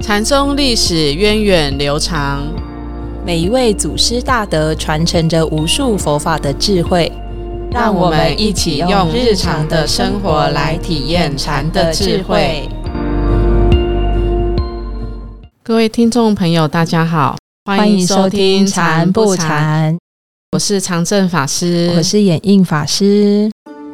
禅宗历史源远流长， 每一位祖师大德传承着无数佛法的智慧， 让我们一起用日常的生活来体验禅的智慧。各位听众朋友大家好，欢迎收听禅不禅，我是常正法师， 我是演印法师。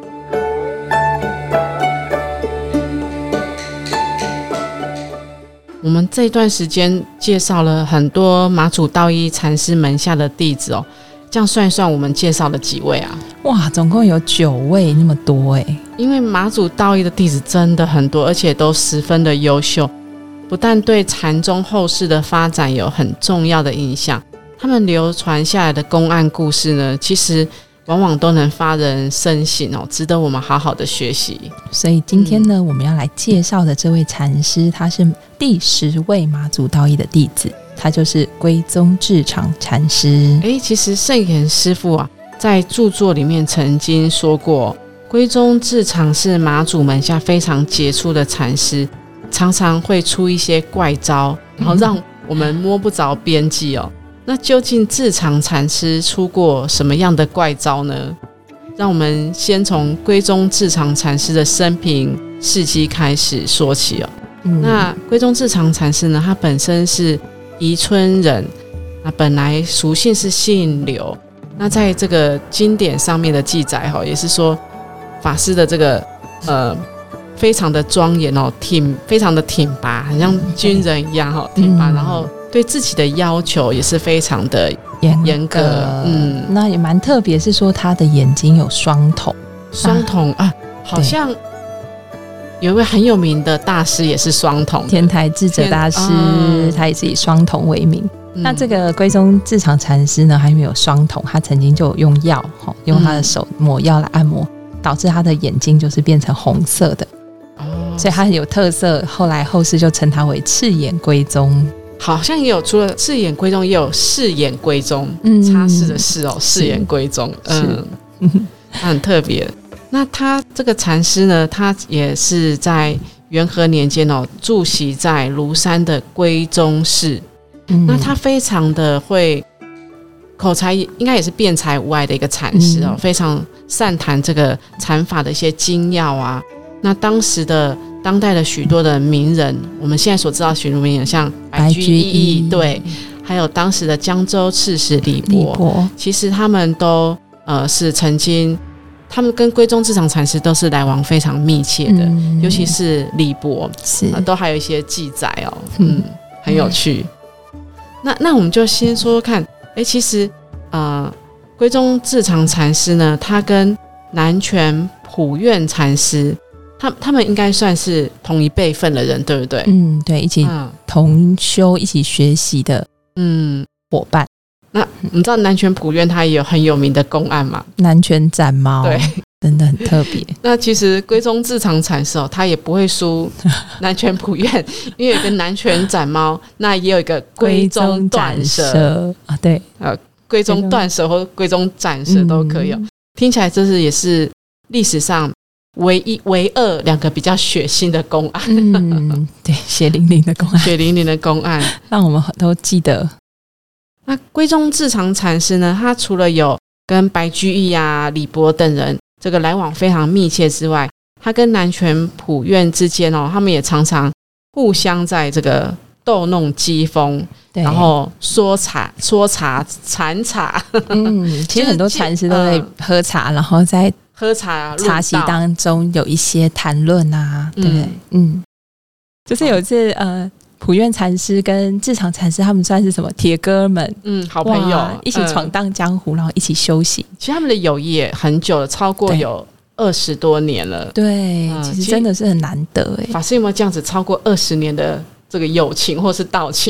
我们这段时间介绍了很多马祖道一禅师门下的弟子哦，这样算一算我们介绍了几位啊？ 哇，总共有9位，那么多耶。 因为马祖道一的弟子真的很多，而且都十分的优秀，不但对禅宗后世的发展有很重要的影响，他们流传下来的公案故事呢，其实往往都能发人深省哦，值得我们好好的学习。 所以今天呢，我们要来介绍的这位禅师，他是第10位马祖道一的弟子，他就是归宗智常禅师。 其实圣严师父啊，在著作里面曾经说过，归宗智常是马祖门下非常杰出的禅师，常常会出一些怪招，然后让我们摸不着边际哦。那究竟智常禅师出过什么样的怪招呢？让我们先从归宗智常禅师的生平事迹开始说起哦。那归宗智常禅师呢，他本身是宜春人，那本来俗姓是姓刘。那在这个经典上面的记载也是说法师的这个非常的庄严哦，非常的挺拔，很像军人一样挺拔，然后对自己的要求也是非常的严格。 那也蛮特别，是说他的眼睛有双瞳。 双瞳啊，好像有一位很有名的大师也是双瞳， 天台智者大师，他也是以双瞳为名。那这个归宗智常禅师呢，还没有双瞳，他曾经就用药，用他的手抹药来按摩，导致他的眼睛就是变成红色的。所以他很有特色，后世就称他为赤眼归宗。 好像也有除了赤眼归宗，也有视眼归宗，擦拭的视视眼归宗，他很特别。那他这个禅师呢，他也是在元和年间住席在庐山的归宗寺。那他非常的会口才，应该也是辩才无碍的一个禅师非常善谈这个禅法的一些精要啊。那当代的许多的名人，我们现在所知道许多名人，像白居易，对，还有当时的江州刺史李博，其实他们都是曾经，他们跟归宗智常禅师都是来往非常密切的，尤其是李博，都还有一些记载很有趣。那我们就先说说看，其实归宗智常禅师呢，他跟南泉普愿禅师，他们应该算是同一辈分的人，对不对？ 对，一起同修，一起学习的伙伴。那你知道南泉普愿他也有很有名的公案吗？ 南泉斩猫，对，真的很特别。 那其实归宗智常禅师他也不会输南泉普愿，因为有一个南泉斩猫，那也有一个归宗断舍啊，对， 归宗断舍或归宗斩舍都可以听起来这是也是历史上唯二2个比较血腥的公案。 对，血淋淋的公案， 血淋淋的公案， 让我们都记得。 那归宗智常禅师呢，他除了有跟白居易啊、李博等人这个来往非常密切之外，他跟南泉普愿之间他们也常常互相在这个逗弄讥讽，然后说茶禅茶。 其实很多禅师都在喝茶，然后在喝茶茶席当中有一些谈论啊，对不对？就是有一次普愿禅师跟智常禅师他们算是什么铁哥们， 好朋友， 一起闯荡江湖，然后一起修行。 其实他们的友谊也很久了，超过有20多年了。对， 其实真的是很难得法师有没有这样子超过20年的这个友情或是道情？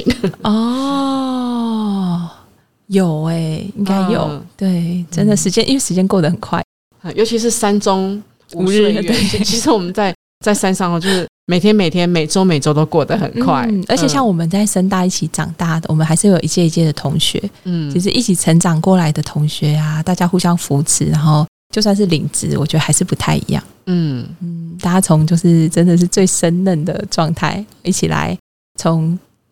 有应该有。对，真的因为时间过得很快， 尤其是山中无岁月。其实我们在山上就是每天每周都过得很快。 而且像我们在深大一起长大的，我们还是有一届一届的同学，其实一起成长过来的同学啊，大家互相扶持，然后就算是领职，我觉得还是不太一样。大家从就是真的是最生嫩的状态，一起来从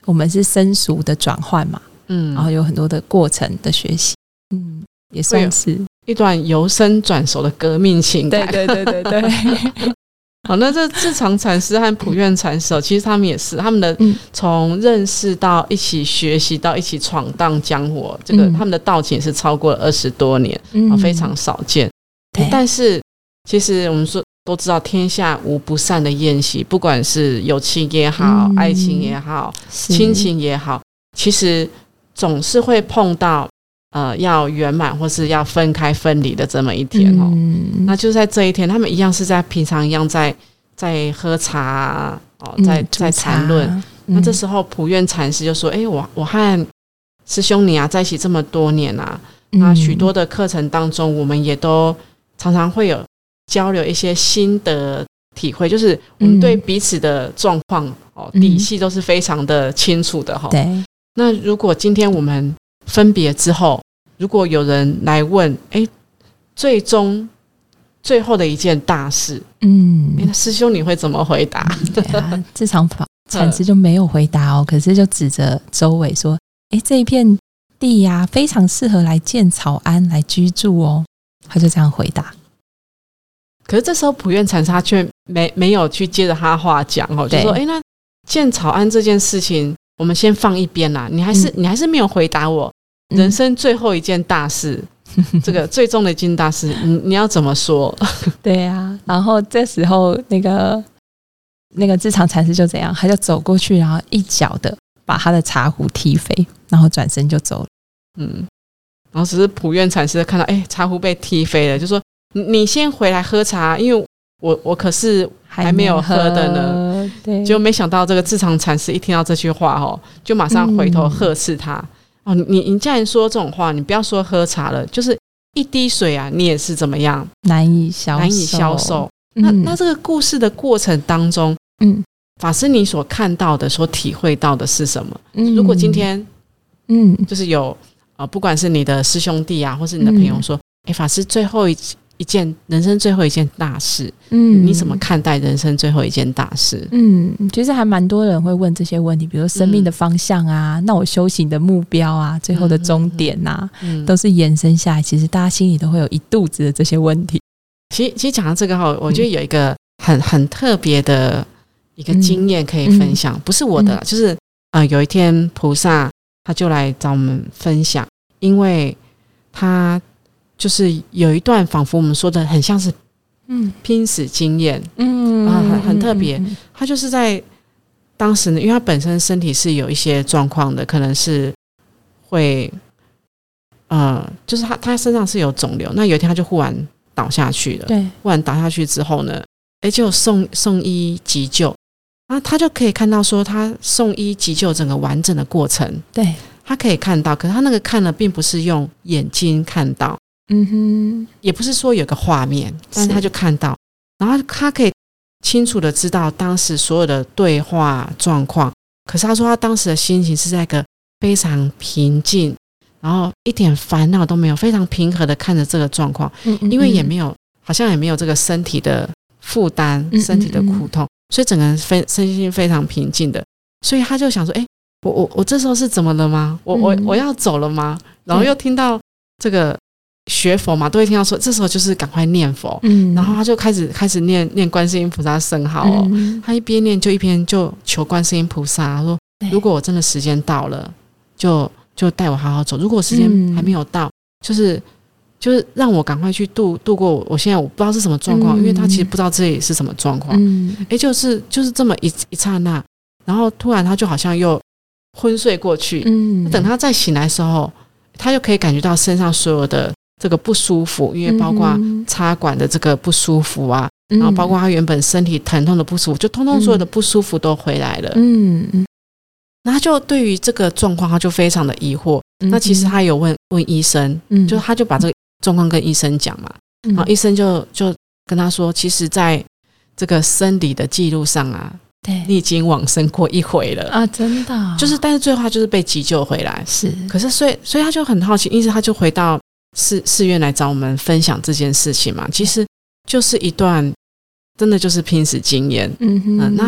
我们是生熟的转换嘛，然后有很多的过程的学习，也算是一段由生转熟的革命情感。 对对对对对。 好，那这智常禅师和普愿禅师其实他们也是他们的从认识到一起学习到一起闯荡江湖，这个他们的道情是超过了20多年，非常少见。但是其实我们说都知道天下无不散的宴席，不管是友情也好，爱情也好，亲情也好，其实总是会碰到要圆满或是要分开分离的这么一天那就在这一天他们一样是在平常一样在喝茶在谈论那这时候普愿禅师就说我和师兄你在一起这么多年那许多的课程当中我们也都常常会有交流一些心得体会，就是我们对彼此的状况底细都是非常的清楚的对。那如果今天我们分别之后，如果有人来问最终最后的一件大事师兄你会怎么回答？ 对啊，智常禅师就没有回答可是就指着周围说这一片地非常适合来建草庵来居住他就这样回答。 可是这时候普愿禅师他却没有去接着他话讲就说那建草庵这件事情我们先放一边啦，你还是没有回答我人生最后一件大事这个最终的一件大事你要怎么说？对啊，然后这时候那个智常禅师就怎样，他就走过去然后一脚的把他的茶壶踢飞，然后转身就走了然后只是普愿禅师看到茶壶被踢飞了，就说你先回来喝茶，因为我可是还没有喝的呢。对，就没想到这个智常禅师一听到这句话就马上回头呵斥他你既然说这种话，你不要说喝茶了，就是一滴水你也是怎么样难以消受。 那这个故事的过程当中法师你所看到的所体会到的是什么？如果今天就是有不管是你的师兄弟或是你的朋友说法师最后一件人生最后一件大事你怎么看待人生最后一件大事？ 其实还蛮多人会问这些问题，比如说生命的方向那我修行的目标最后的终点都是延伸下来，其实大家心里都会有一肚子的这些问题。 其实讲到这个我觉得有一个很特别的一个经验可以分享不是我的就是有一天菩萨他就来找我们分享，因为他就是有一段仿佛我们说的很像是拼死经验很特别他就是在当时呢，因为他本身身体是有一些状况的，可能是会就是他身上是有肿瘤，那有一天他就忽然倒下去了。对，忽然倒下去之后呢就送医急救，那他就可以看到说他送医急救整个完整的过程。对，他可以看到，可是他那个看了并不是用眼睛看到也不是说有个画面，但是他就看到，然后他可以清楚的知道当时所有的对话状况。可是他说他当时的心情是在一个非常平静，然后一点烦恼都没有，非常平和的看着这个状况因为也没有好像也没有这个身体的负担身体的苦痛所以整个人身心非常平静的。所以他就想说我这时候是怎么了吗？我要走了吗？然后又听到这个学佛嘛，都会听到说这时候就是赶快念佛然后他就开始念观世音菩萨圣号他一边念就一边就求观世音菩萨说如果我真的时间到了就带我好好走，如果时间还没有到就是让我赶快去度过我现在我不知道是什么状况因为他其实不知道这里是什么状况就是这么一刹那，然后突然他就好像又昏睡过去等他再醒来的时候，他就可以感觉到身上所有的这个不舒服，因为包括插管的这个不舒服然后包括他原本身体疼痛的不舒服就通通所有的不舒服都回来了那他就对于这个状况他就非常的疑惑那其实他有问医生就他就把这个状况跟医生讲嘛然后医生就跟他说其实在这个生理的记录上对，你已经往生过一回了真的就是但是最后他就是被急救回来是，可是所以他就很好奇，因此他就回到寺院来找我们分享这件事情嘛，其实就是一段真的就是拼死经验那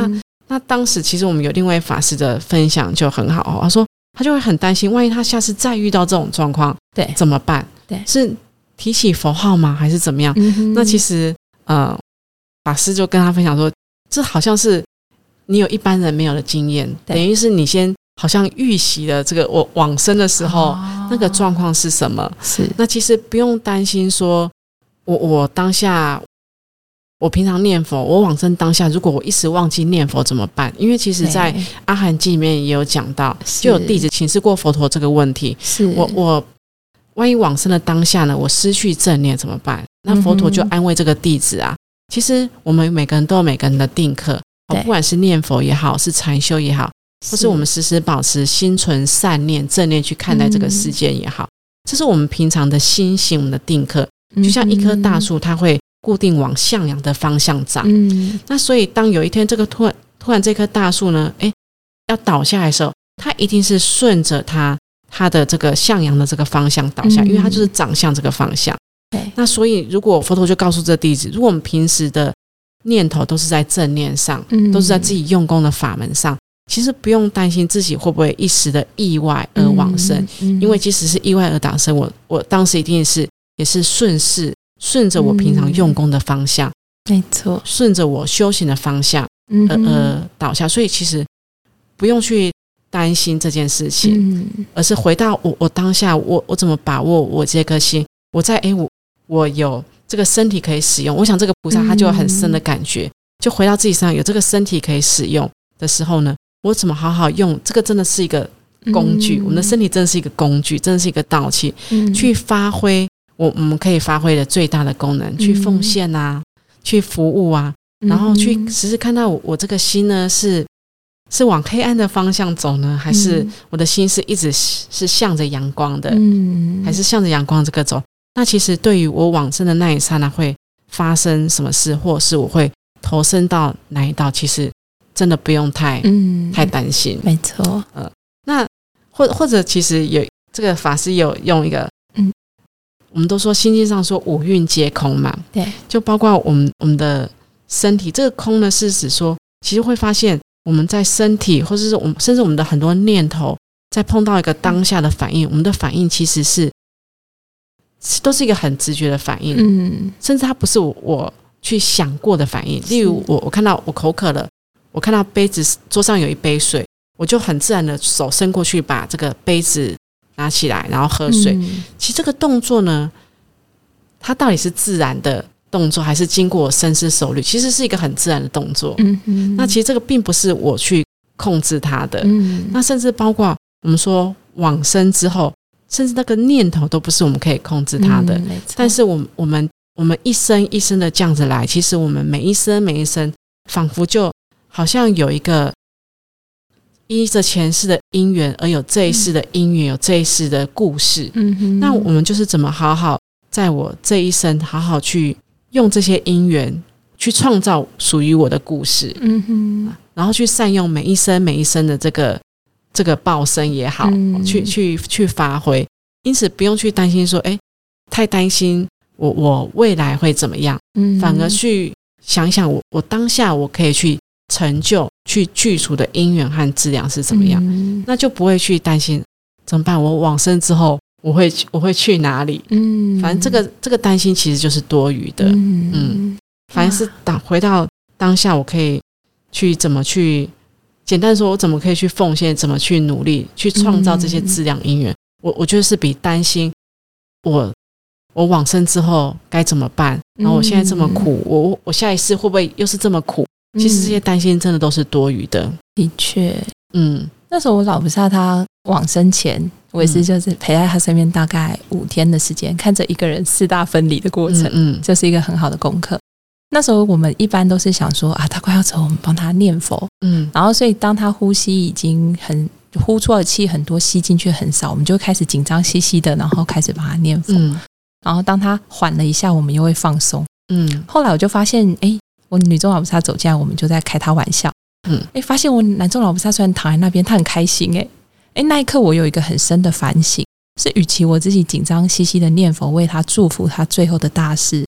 那当时其实我们有另外法师的分享就很好，他说他就会很担心，万一他下次再遇到这种状况， 对， 怎么办？ 对， 是提起佛号吗？还是怎么样？那其实法师就跟他分享说，这好像是你有一般人没有的经验，等于是你先好像预习了这个我往生的时候，那个状况是什么？ 是， 那其实不用担心说我当下。我平常念佛，我往生当下，如果我一时忘记念佛怎么办？因为其实在阿含经里面也有讲到，就有弟子请示过佛陀这个问题。是我万一往生的当下呢，我失去正念怎么办？那佛陀就安慰这个弟子啊，其实我们每个人都有每个人的定课，不管是念佛也好，是禅修也好，或是我们时时保持心存善念、正念去看待这个世界也好，这是我们平常的心行，我们的定课。就像一棵大树，它会固定往向阳的方向长，那所以当有一天这个突然这棵大树呢，要倒下来的时候，它一定是顺着它的这个向阳的这个方向倒下，因为它就是长向这个方向。那所以如果佛陀就告诉这弟子，如果我们平时的念头都是在正念上，都是在自己用功的法门上，其实不用担心自己会不会一时的意外而往生，因为即使是意外而往生，我当时一定也是顺着我平常用功的方向， 没错， 顺着我修行的方向而倒下，所以其实不用去担心这件事情，而是回到我当下，我怎么把握我这颗心，我在我有这个身体可以使用，我想这个菩萨他就有很深的感觉，就回到自己身上有这个身体可以使用的时候呢，我怎么好好用这个，真的是一个工具，我们的身体真的是一个工具，真的是一个道器，去发挥我们可以发挥的最大的功能，去奉献啊，去服务啊，然后去时时看到我这个心呢是往黑暗的方向走呢，还是我的心是一直是向着阳光的，还是向着阳光这个走？那其实对于我往生的那一刹那会发生什么事，或是我会投身到哪一道，其实真的不用太担心。 没错， 那或者其实有这个法师有用一个。我们都说心经上说五蕴皆空嘛， 对， 就包括我们的身体，这个空呢是指说，其实会发现我们在身体，或者是甚至我们的很多念头，在碰到一个当下的反应，我们的反应其实都是一个很直觉的反应，甚至它不是我去想过的反应。例如我看到我口渴了，我看到杯子桌上有一杯水，我就很自然的手伸过去把这个杯子拿起来，然后喝水。其实这个动作呢，它到底是自然的动作，还是经过我深思熟虑？其实是一个很自然的动作。那其实这个并不是我去控制它的。那甚至包括我们说往生之后，甚至那个念头都不是我们可以控制它的。但是我们一生一生的这样子来，其实我们每一生，仿佛就好像有一个。依着前世的因缘而有这一世的因缘，有这一世的故事。那我们就是怎么好好在我这一生好好去用这些因缘去创造属于我的故事，然后去善用每一生的这个报生也好，去发挥。因此不用去担心说，太担心我未来会怎么样，反而去想一想我当下我可以去成就去具足的因缘和质量是怎么样，那就不会去担心怎么办，我往生之后我会去哪里，反正这个担心其实就是多余的，反正是回到当下，我可以去怎么去，简单说我怎么可以去奉献，怎么去努力去创造这些质量因缘，我觉得是比担心我往生之后该怎么办，然后我现在这么苦，我下一世会不会又是这么苦，其实这些担心真的都是多余的。 的确，那时候我老菩萨他往生前，我也是就是陪在他身边大概5天的时间，看着一个人4大分离的过程，这是一个很好的功课。那时候我们一般都是想说他快要走，我们帮他念佛，然后所以当他呼吸已经呼出的气很多，吸进去很少，我们就开始紧张兮兮的，然后开始帮他念佛，然后当他缓了一下，我们又会放松。后来我就发现，我女众老菩萨走进来，我们就在开她玩笑。发现我男众老菩萨虽然躺在那边，他很开心。那一刻我有一个很深的反省，是与其我自己紧张兮兮的念佛为他祝福他最后的大事，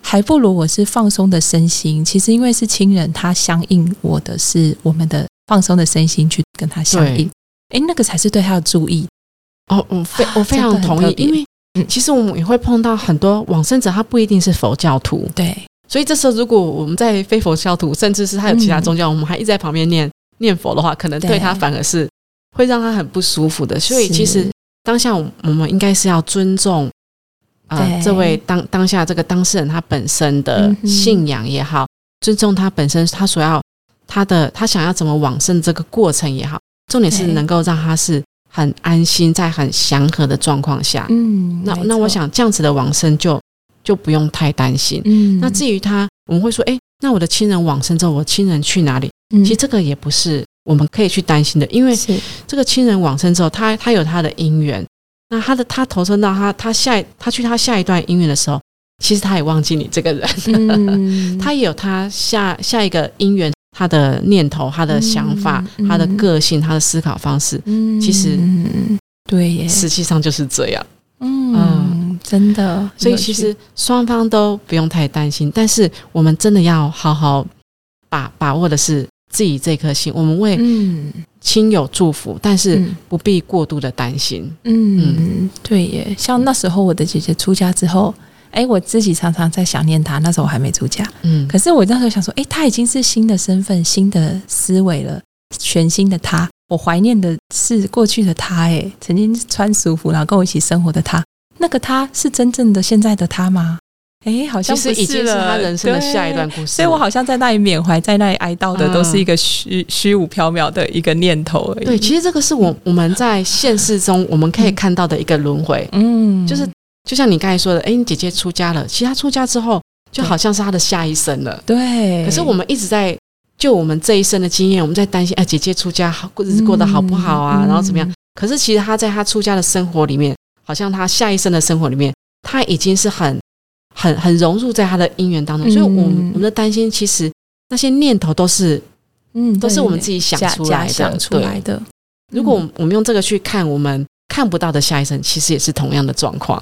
还不如我是放松的身心。其实因为是亲人，他相应我的是我们的放松的身心去跟他相应，那个才是对他的注意。 我非常同意，因为其实我们也会碰到很多往生者，他不一定是佛教徒， 对， 所以这时候如果我们在非佛教徒，甚至是他有其他宗教，我们还一直在旁边念佛的话，可能对他反而是会让他很不舒服的。所以其实当下我们应该是要尊重这位当下这个当事人他本身的信仰也好，尊重他本身他所要他想要怎么往生这个过程也好，重点是能够让他是很安心在很祥和的状况下，那我想这样子的往生就不用太担心。那至于我们会说那我的亲人往生之后我亲人去哪里，其实这个也不是我们可以去担心的，因为这个亲人往生之后他有他的因缘，那他投身到他去他下一段因缘的时候，其实他也忘记你这个人他也有他下一个因缘，他的念头，他的想法，他的个性，他的思考方式，其实对耶， 实际上就是这样。 真的， 所以其实双方都不用太担心，但是我们真的要好好把握的是自己这颗心，我们为亲友祝福，但是不必过度的担心。 对耶，像那时候我的姐姐出家之后，我自己常常在想念她，那时候我还没出家，可是我那时候想说，她已经是新的身份、新的思维了，全新的她，我怀念的是过去的她，曾经穿俗服然后跟我一起生活的她，那个她是真正的现在的她吗？好像不是了， 其实已经是她人生的下一段故事， 所以我好像在那里缅怀，在那里哀悼的都是一个虚无缥缈的一个念头而已。 对，其实这个是我们在现实中我们可以看到的一个轮回，就是就像你刚才说的，你姐姐出家了，其实她出家之后就好像是她的下一生了。 对。 可是我们一直在就我们这一生的经验，我们在担心，姐姐出家日子过得好不好啊？然后怎么样？可是其实她在她出家的生活里面，好像她下一生的生活里面，她已经是很融入在她的因缘当中。所以我们的担心，其实那些念头都是我们自己想出来的。如果我们用这个去看我们看不到的下一生，其实也是同样的状况。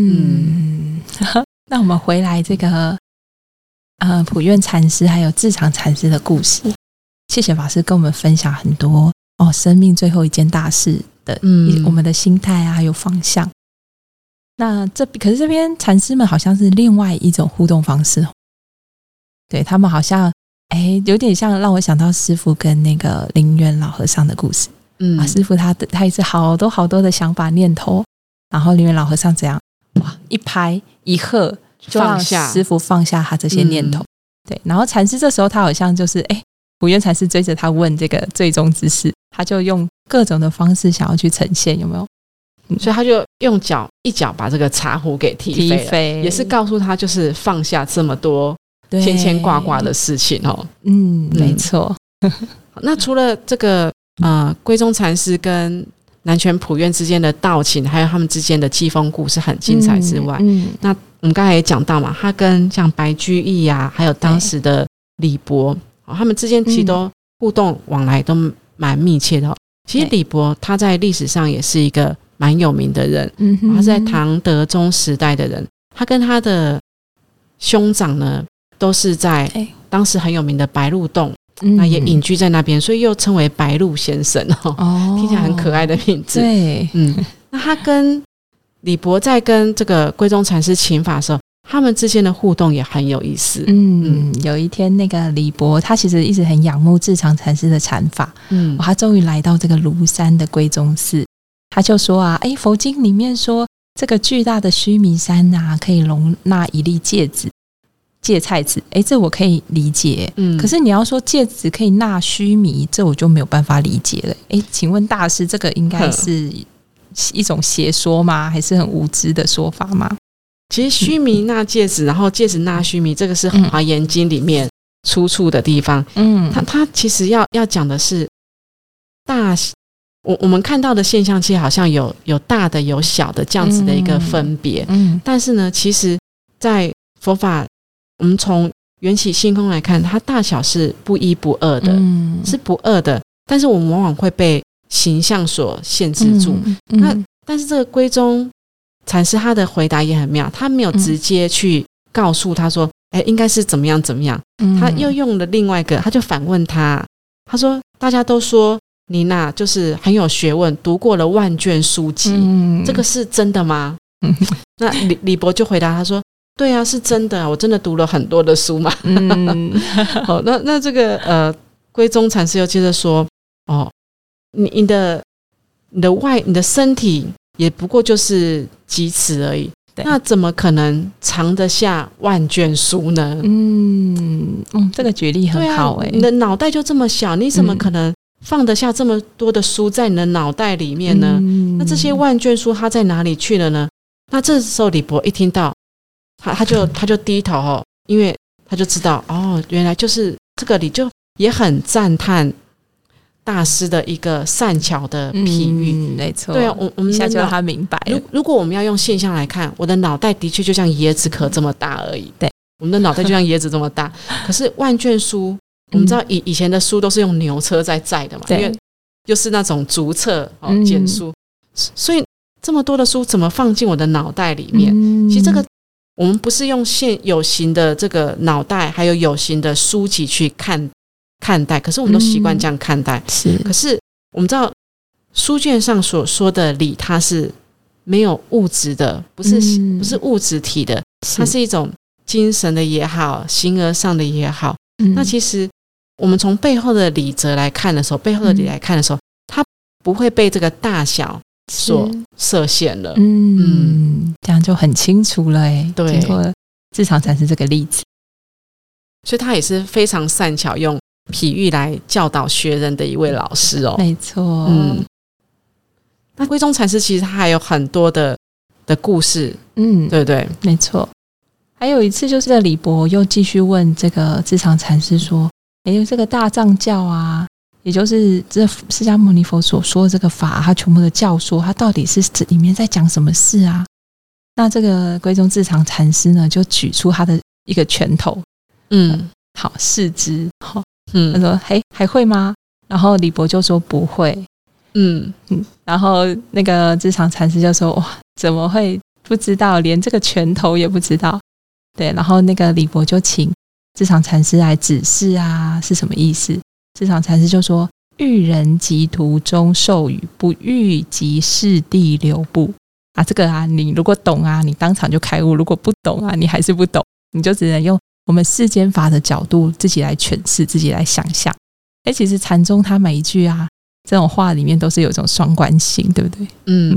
那我们回来这个普愿禅师还有智常禅师的故事，谢谢法师跟我们分享很多生命最后一件大事的我们的心态还有方向。那可是这边禅师们好像是另外一种互动方式，对，他们好像有点像让我想到师父跟那个灵源老和尚的故事。师父他也是好多好多的想法念头，然后灵源老和尚怎样一拍一喝就让师父放下他这些念头。对，然后禅师这时候他好像就是普愿禅师追着他问这个最终之事，他就用各种的方式想要去呈现，有没有？ 所以他就用一脚把这个茶壶给踢飞了，也是告诉他就是放下这么多牵牵挂挂的事情。 没错。 那除了这个归宗禅师跟南拳普愿之间的道情，还有他们之间的机锋故事很精彩之外，那我们刚才也讲到嘛，他跟像白居易啊，还有当时的李博，他们之间其实都互动往来都蛮密切的。其实李博他在历史上也是一个蛮有名的人，他是在唐德宗时代的人，他跟他的兄长呢都是在当时很有名的白鹿洞，那也隐居在那边，所以又称为白鹿先生听起来很可爱的名字。 对， 那他跟李博在跟这个归宗禅师请法的时候，他们之间的互动也很有意思。 有一天那个李博他其实一直很仰慕智常禅师的禅法，他终于来到这个庐山的归宗寺，他就说佛经里面说这个巨大的须弥山可以容纳一粒芥菜籽，这我可以理解，可是你要说芥子可以纳须弥，这我就没有办法理解了。请问大师，这个应该是一种邪说吗？还是很无知的说法吗？ 其实须弥纳芥子，然后芥子纳须弥，这个是华严经里面出处的地方。他其实要讲的是我们看到的现象，其实好像有大的有小的这样子的一个分别。但是呢，其实在佛法，我们从缘起性空来看，它大小是不一不二的，是不二的。但是我们往往会被形象所限制住。但是这个归宗禅师他的回答也很妙，他没有直接去告诉他说应该是怎么样怎么样，他又用了另外一个，他就反问他说大家都说你呐就是很有学问，读过了万卷书籍，这个是真的吗？那李博就回答他说对啊，是真的，我真的读了很多的书嘛。那这个归宗禅师又接着说你的身体也不过就是几尺而已，那怎么可能藏得下万卷书呢？ 这个举例很好你的脑袋就这么小，你怎么可能放得下这么多的书在你的脑袋里面呢？那这些万卷书它在哪里去了呢？那这时候李博一听到他就低头因为他就知道原来就是这个里就也很赞叹大师的一个善巧的比喻， 没错， 对啊，我们一下就让他明白了。 如果我们要用现象来看，我的脑袋的确就像椰子壳这么大而已， 对， 我们的脑袋就像椰子这么大，可是万卷书，我们知道以前的书都是用牛车在载的嘛，因为又是那种竹册简书，所以这么多的书怎么放进我的脑袋里面？其实这个我们不是用现有形的这个脑袋还有有形的书籍去看待，可是我们都习惯这样看待，可是我们知道书卷上所说的理它是没有物质的，不是物质体的，它是一种精神的也好，形而上的也好，那其实我们从背后的理则来看的时候，它不会被这个大小所设限了， 这样就很清楚了对， 经过智常禅师这个例子， 所以他也是非常善巧用比喻来教导学人的一位老师没错。 那归宗禅师其实他还有很多的故事，对不对？ 没错。还有一次就是李博又继续问这个智常禅师说这个大藏教啊，也就是这释迦牟尼佛所说的这个法，他全部的教说，他到底是里面在讲什么事啊？那这个归宗智常禅师呢，就举出他的一个拳头，好示之，他说还会吗？然后李博就说不会，然后那个智常禅师就说哇，怎么会不知道，连这个拳头也不知道？对，然后那个李博就请智常禅师来指示啊，是什么意思？智常禅师就说遇人即途中授予，不遇即是地流布啊，这个啊你如果懂啊，你当场就开悟，如果不懂啊，你还是不懂，你就只能用我们世间法的角度自己来诠释，自己来想象。其实禅宗它每一句啊这种话里面都是有一种双关性，对不对？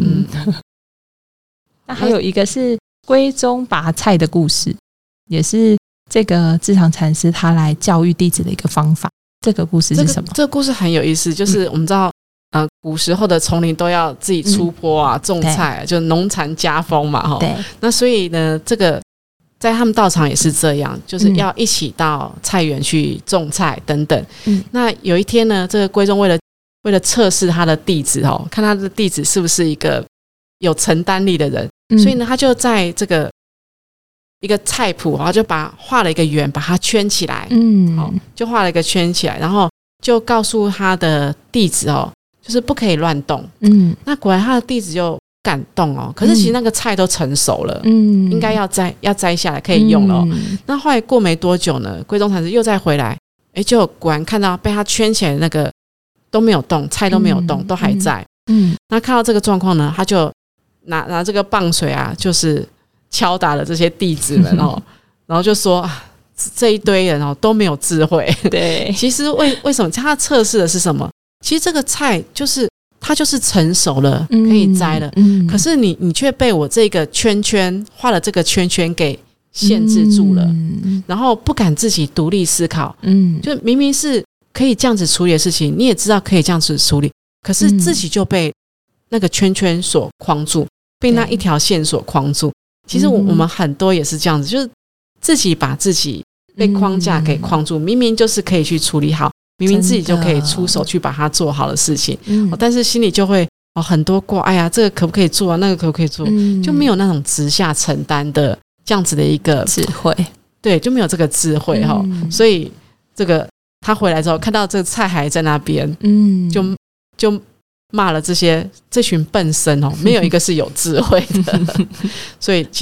那还有一个是归宗拔菜的故事，也是这个智常禅师他来教育弟子的一个方法。这个故事是什么？ 这个故事很有意思，就是我们知道古时候的丛林都要自己出坡啊，种菜，就农禅家风嘛， 对。 那所以呢，这个在他们道场也是这样，就是要一起到菜园去种菜等等。那有一天呢，这个归宗为了测试他的弟子看他的弟子是不是一个有承担力的人，所以呢，他就在这个一个菜谱，然后就画了一个圆，把它圈起来，就画了一个圈起来，然后就告诉他的弟子就是不可以乱动。那果然他的弟子就敢动可是其实那个菜都成熟了，应该要摘下来可以用了那后来过没多久呢，归宗禅师又再回来，就果然看到被他圈起来的那个都没有动，菜都没有动，都还在。那看到这个状况呢，他就拿这个棒槌啊，就是敲打了这些弟子们然后就说这一堆人都没有智慧。 对， 其实为什么他测试的是什么？其实这个菜它就是成熟了，可以摘了。可是你却被我这个圈圈画了这个圈圈给限制住了，然后不敢自己独立思考。就明明是可以这样子处理的事情，你也知道可以这样子处理，可是自己就被那个圈圈所框住，被那一条线所框住。其实我们很多也是这样子，就是自己把自己被框架给框住，明明就是可以去处理好，明明自己就可以出手去把它做好的事情，但是心里就会很多挂，哎呀，这个可不可以做啊？那个可不可以做？就没有那种直下承担的这样子的一个智慧， 对，就没有这个智慧所以这个他回来之后看到这个菜还在那边，就骂了这群笨僧没有一个是有智慧的所以其实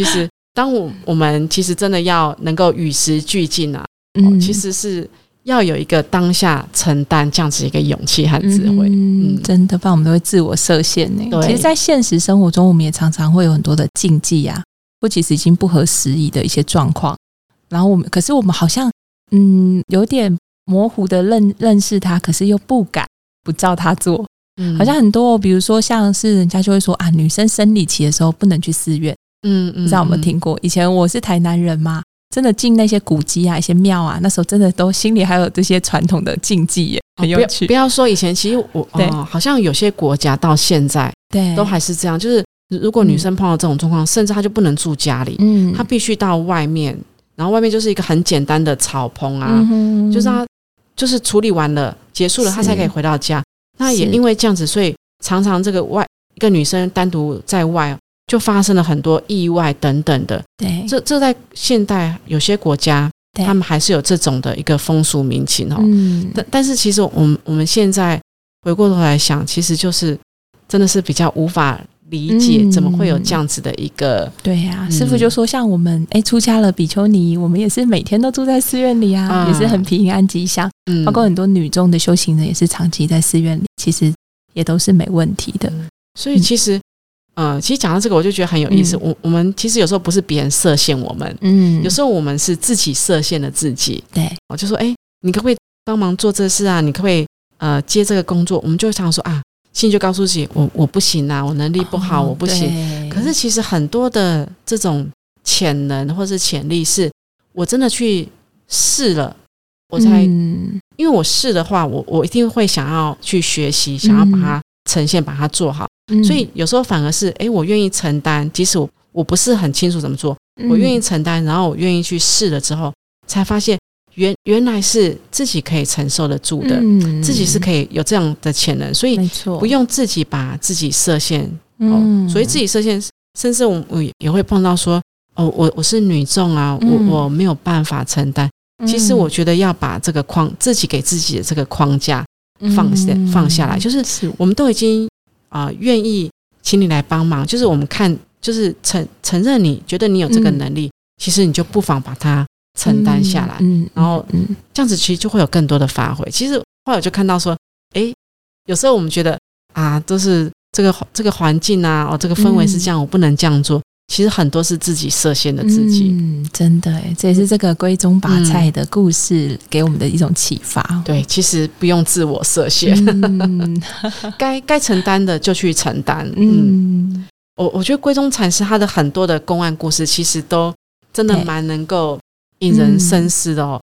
当我们其实真的要能够与时俱进啊，其实是要有一个当下承担这样子一个勇气和智慧。 真的，不然我们都会自我设限呢。其实在现实生活中，我们也常常会有很多的禁忌啊，或其实已经不合时宜的一些状况，然后可是我们好像有点模糊的认识它，可是又不敢不照它做。好像很多比如说像是人家就会说啊，女生生理期的时候不能去寺院。不知道有没有听过？以前我是台南人嘛，真的进那些古迹啊、一些庙啊，那时候真的都心里还有这些传统的禁忌耶，很有趣。 不要说以前，其实好像有些国家到现在都还是这样，就是如果女生碰到这种状况，甚至她就不能住家里，她必须到外面，然后外面就是一个很简单的草棚啊，就是她就是处理完了结束了，她才可以回到家。那也因为这样子，所以常常这个一个女生单独在外，就发生了很多意外等等的。对，这在现代有些国家，他们还是有这种的一个风俗民情但是其实我们现在回过头来想，其实就是真的是比较无法理解，怎么会有这样子的一个。对啊，师父就说，像我们出家了比丘尼，我们也是每天都住在寺院里啊，也是很平安吉祥。包括很多女众的修行人也是长期在寺院里，其实也都是没问题的。所以其实讲到这个，我就觉得很有意思。我们其实有时候不是别人设限我们，有时候我们是自己设限了自己。对，我就说，你可不可以帮忙做这事啊？你可不可以接这个工作？我们就常说啊，心里就告诉自己，我不行啊，我能力不好，我不行。可是其实很多的这种潜能或是潜力，是我真的去试了，我才因为我试的话，我一定会想要去学习，想要把它呈现，把它做好。所以有时候反而是我愿意承担，即使我不是很清楚怎么做，我愿意承担，然后我愿意去试了之后，才发现原来是自己可以承受得住的，自己是可以有这样的潜能，所以不用自己把自己设限。所以自己设限，甚至我也会碰到说我是女众啊，我没有办法承担。其实我觉得要把这个自己给自己的这个框架放下来，就是我们都已经愿意请你来帮忙，就是我们看，就是承认你觉得你有这个能力，其实你就不妨把它承担下来，然后这样子其实就会有更多的发挥。其实后来我就看到说，有时候我们觉得啊，都是这个环境啊，这个氛围是这样，我不能这样做。其实很多是自己设限的自己。真的这也是这个归宗拔菜的故事给我们的一种启发。对，其实不用自我设限，该承担的就去承担。我觉得归宗禅师他的很多的公案故事，其实都真的蛮能够引人深思的哦。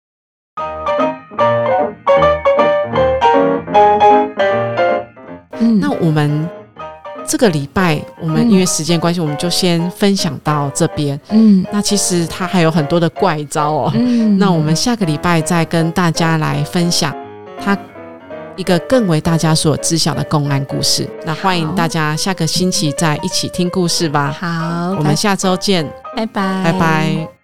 那我们这个礼拜，我们因为时间关系，我们就先分享到这边。那其实他还有很多的怪招哦。那我们下个礼拜再跟大家来分享他一个更为大家所知晓的公案故事。那欢迎大家下个星期再一起听故事吧。好，我们下周见，拜拜，拜拜。